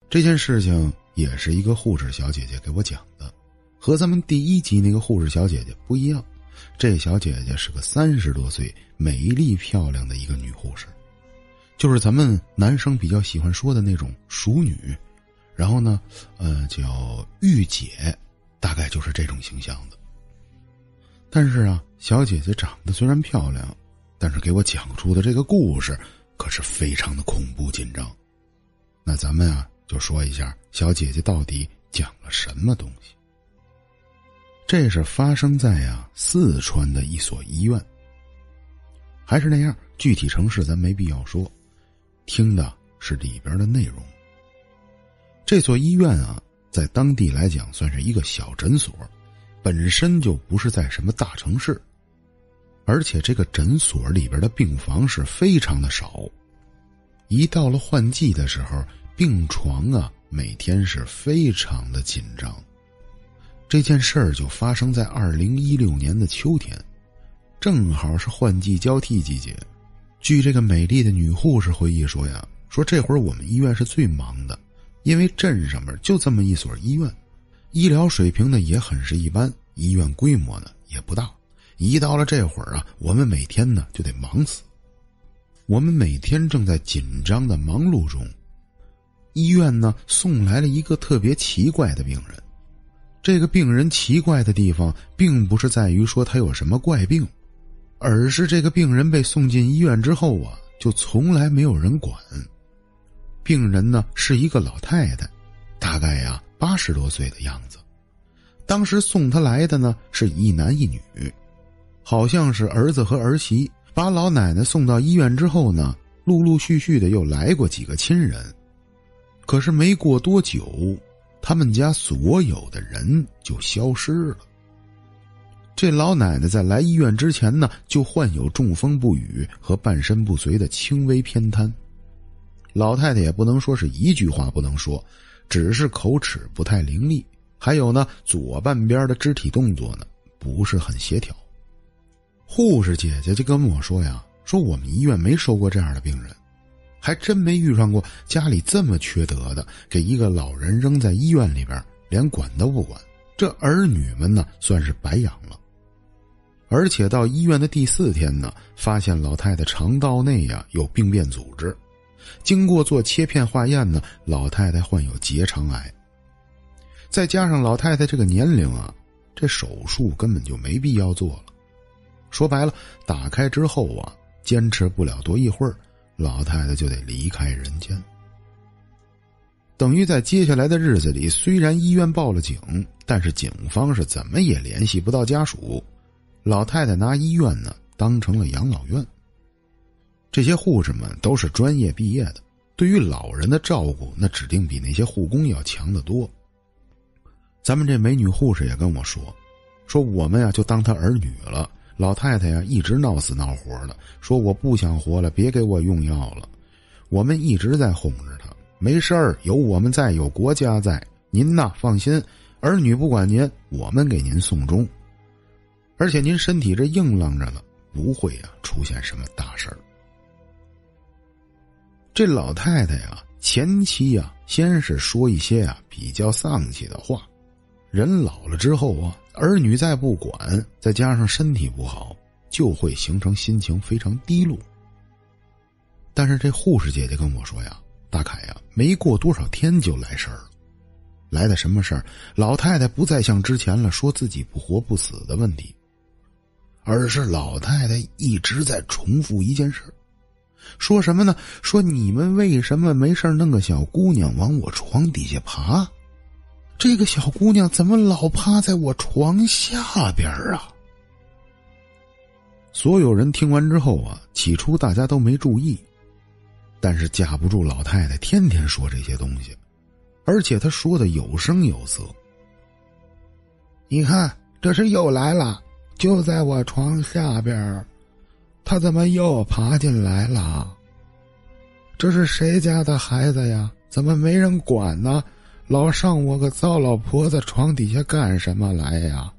这件事情也是一个护士小姐姐给我讲的，和咱们第一集那个护士小姐姐不一样。这小姐姐是个30多岁、美丽漂亮的一个女护士，就是咱们男生比较喜欢说的那种熟女，然后呢，叫御姐，大概就是这种形象的。但是啊，小姐姐长得虽然漂亮，但是给我讲出的这个故事可是非常的恐怖紧张。那咱们啊，就说一下小姐姐到底讲了什么东西。这是发生在四川的一所医院。还是那样，具体城市咱没必要说，听的是里边的内容。这所医院啊，在当地来讲算是一个小诊所，本身就不是在什么大城市，而且这个诊所里边的病房是非常的少。一到了换季的时候，病床啊每天是非常的紧张。这件事儿就发生在2016年的秋天，正好是换季交替季节。据这个美丽的女护士回忆说呀，说这会儿我们医院是最忙的，因为镇上面就这么一所医院，医疗水平呢也很是一般，医院规模呢也不大。一到了这会儿啊，我们每天呢就得忙死。我们每天正在紧张的忙碌中，医院呢送来了一个特别奇怪的病人。这个病人奇怪的地方并不是在于说他有什么怪病，而是这个病人被送进医院之后啊，就从来没有人管。病人呢是一个老太太，大概80多岁的样子。当时送她来的呢是一男一女，好像是儿子和儿媳。把老奶奶送到医院之后呢，陆陆续续的又来过几个亲人。可是没过多久，他们家所有的人就消失了。这老奶奶在来医院之前呢，就患有中风不语和半身不遂的轻微偏瘫。老太太也不能说是一句话不能说，只是口齿不太伶俐，还有呢，左半边的肢体动作呢不是很协调。护士姐姐就跟我说呀，说我们医院没收过这样的病人，还真没遇上过家里这么缺德的，给一个老人扔在医院里边，连管都不管。这儿女们呢，算是白养了。而且到医院的第4天呢，发现老太太肠道内有病变组织，经过做切片化验呢，老太太患有结肠癌。再加上老太太这个年龄啊，这手术根本就没必要做了。说白了，打开之后啊，坚持不了多一会儿，老太太就得离开人间。等于在接下来的日子里，虽然医院报了警，但是警方是怎么也联系不到家属。老太太拿医院呢当成了养老院。这些护士们都是专业毕业的，对于老人的照顾那指定比那些护工要强得多。咱们这美女护士也跟我说我们就当她儿女了。老太太一直闹死闹活的，说我不想活了，别给我用药了。我们一直在哄着她，没事儿，有我们在，有国家在，您呐放心，儿女不管您，我们给您送终。而且您身体这硬朗着了，不会出现什么大事儿。这老太太前期先是说一些比较丧气的话。人老了之后儿女再不管，再加上身体不好，就会形成心情非常低落。但是这护士姐姐跟我说大凯没过多少天就来事儿了。来的什么事儿？老太太不再像之前了说自己不活不死的问题，而是老太太一直在重复一件事儿。说什么呢？说你们为什么没事弄个小姑娘往我床底下爬？这个小姑娘怎么老趴在我床下边啊？所有人听完之后起初大家都没注意，但是架不住老太太天天说这些东西，而且她说的有声有色。你看，这是又来了，就在我床下边，她怎么又爬进来了？这是谁家的孩子呀？怎么没人管呢？老上我个糟老婆子床底下干什么来呀？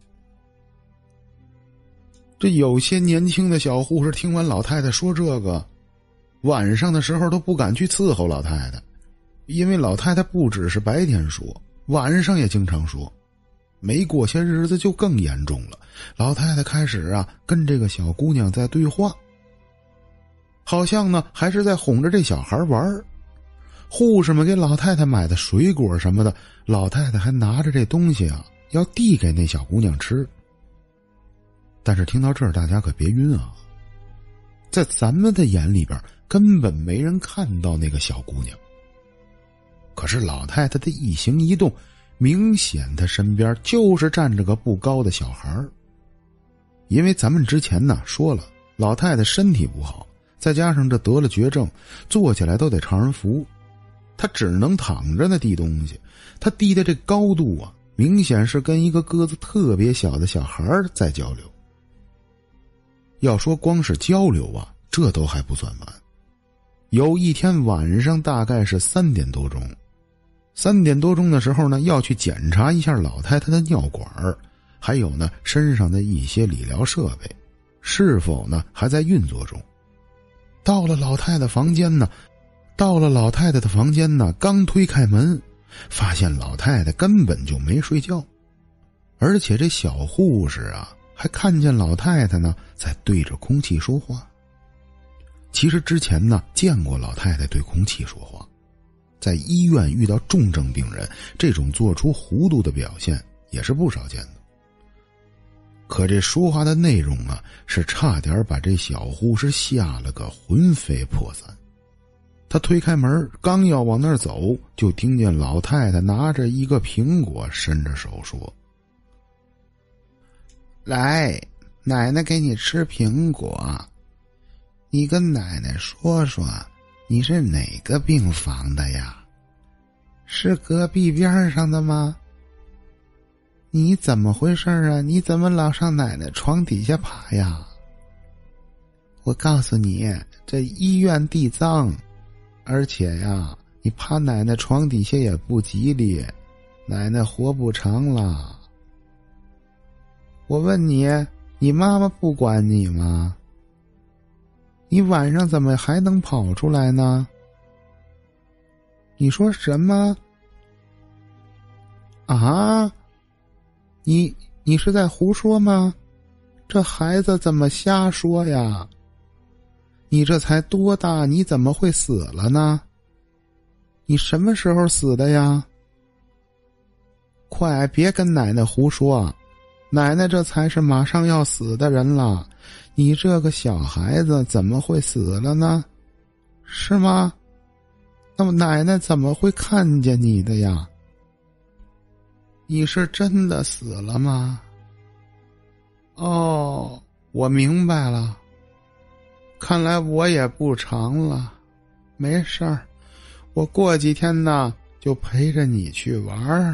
这有些年轻的小护士听完老太太说这个，晚上的时候都不敢去伺候老太太， 因为老太太不只是白天说，晚上也经常说。没过些日子就更严重了，老太太开始跟这个小姑娘在对话，好像呢还是在哄着这小孩玩。护士们给老太太买的水果什么的，老太太还拿着这东西要递给那小姑娘吃。但是听到这儿大家可别晕啊，在咱们的眼里边根本没人看到那个小姑娘，可是老太太的一行一动，明显她身边就是站着个不高的小孩。因为咱们之前说了，老太太身体不好，再加上这得了绝症，坐起来都得常人扶，她只能躺着递东西。她递的这高度明显是跟一个个子特别小的小孩在交流。要说光是交流这都还不算完。有一天晚上大概是3点多钟，3点多钟的时候呢，要去检查一下老太太的尿管，还有呢身上的一些理疗设备是否呢还在运作中。到了老太太的房间呢，刚推开门，发现老太太根本就没睡觉，而且这小护士还看见老太太呢在对着空气说话。其实之前呢见过老太太对空气说话，在医院遇到重症病人，这种做出糊涂的表现也是不少见的。可这说话的内容是差点把这小护士吓了个魂飞魄散。他推开门刚要往那儿走，就听见老太太拿着一个苹果伸着手说：来，奶奶给你吃苹果，你跟奶奶说说你是哪个病房的呀？是隔壁边上的吗？你怎么回事啊？你怎么老上奶奶床底下爬呀？我告诉你，这医院地脏，而且你爬奶奶床底下也不吉利，奶奶活不长了。我问你，你妈妈不管你吗？你晚上怎么还能跑出来呢？你说什么？你是在胡说吗？这孩子怎么瞎说呀？你这才多大，你怎么会死了呢？你什么时候死的呀？快别跟奶奶胡说，奶奶这才是马上要死的人了，你这个小孩子怎么会死了呢？是吗？那么奶奶怎么会看见你的呀？你是真的死了吗？哦，我明白了，看来我也不长了，没事儿，我过几天就陪着你去玩。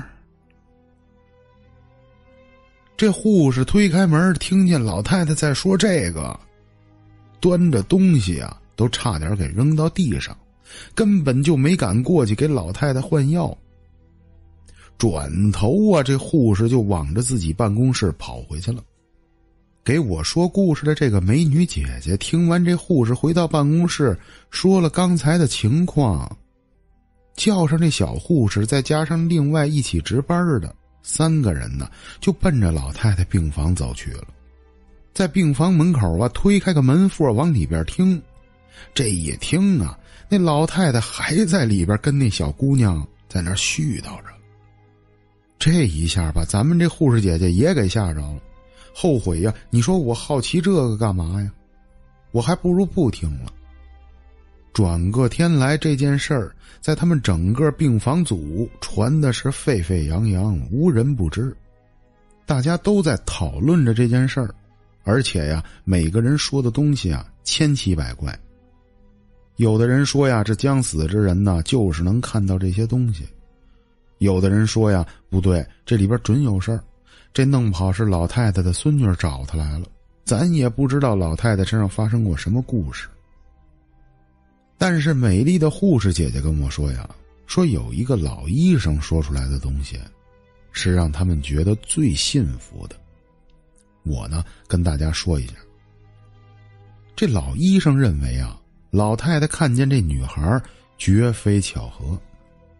这护士推开门，听见老太太在说这个，端着东西都差点给扔到地上，根本就没敢过去给老太太换药。转头这护士就往着自己办公室跑回去了。给我说故事的这个美女姐姐听完这护士回到办公室，说了刚才的情况，叫上这小护士再加上另外一起值班的3个人就奔着老太太病房走去了。在病房门口推开个门缝往里边听，这一听那老太太还在里边跟那小姑娘在那絮叨着。这一下把咱们这护士姐姐也给吓着了，后悔呀！你说我好奇这个干嘛呀？我还不如不听了。转个天来，这件事儿在他们整个病房组传的是沸沸扬扬，无人不知。大家都在讨论着这件事儿，而且每个人说的东西千奇百怪。有的人说这将死之人就是能看到这些东西。有的人说不对，这里边准有事儿，这弄不好是老太太的孙女找他来了，咱也不知道老太太身上发生过什么故事。但是美丽的护士姐姐跟我说说有一个老医生说出来的东西是让他们觉得最信服的。我跟大家说一下，这老医生认为老太太看见这女孩绝非巧合，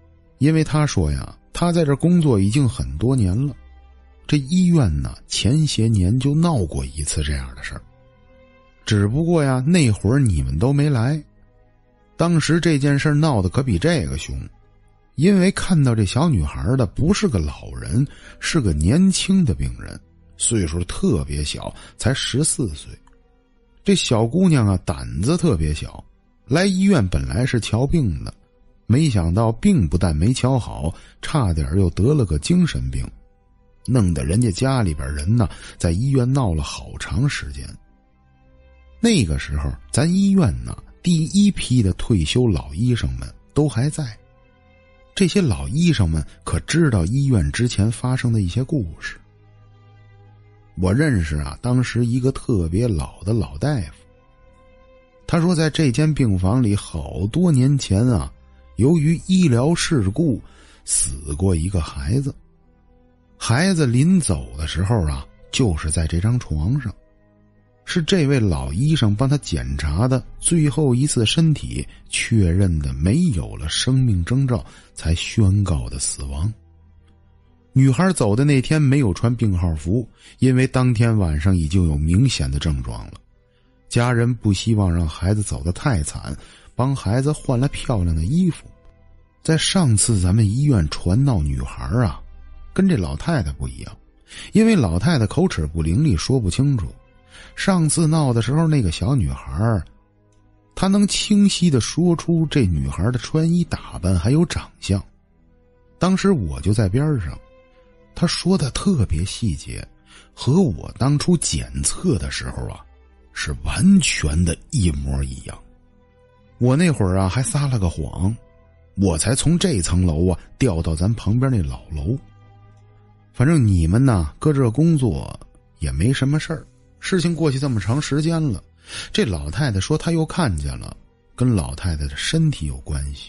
因为他说呀，他在这工作已经很多年了，这医院呢前些年就闹过一次这样的事儿，只不过呀那会儿你们都没来。当时这件事闹得可比这个凶，因为看到这小女孩的不是个老人，是个年轻的病人，岁数特别小，才14岁。这小姑娘啊胆子特别小，来医院本来是瞧病的，没想到病不但没瞧好，差点又得了个精神病，弄得人家家里边人呢在医院闹了好长时间。那个时候咱医院呢第一批的退休老医生们都还在，这些老医生们可知道医院之前发生的一些故事。我认识啊当时一个特别老的老大夫，他说在这间病房里好多年前啊，由于医疗事故死过一个孩子，孩子临走的时候啊就是在这张床上，是这位老医生帮他检查的最后一次身体，确认的没有了生命征兆才宣告的死亡。女孩走的那天没有穿病号服，因为当天晚上已经有明显的症状了，家人不希望让孩子走得太惨，帮孩子换了漂亮的衣服。在上次咱们医院传闹女孩啊，跟这老太太不一样，因为老太太口齿不伶俐，说不清楚。上次闹的时候，那个小女孩她能清晰地说出这女孩的穿衣打扮还有长相。当时我就在边上，她说的特别细节，和我当初检测的时候啊是完全的一模一样。我那会儿啊还撒了个谎，我才从这层楼啊调到咱旁边那老楼。反正你们呢搁这工作也没什么事儿，事情过去这么长时间了，这老太太说她又看见了，跟老太太的身体有关系。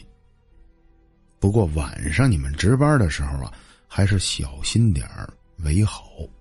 不过晚上你们值班的时候啊，还是小心点儿为好。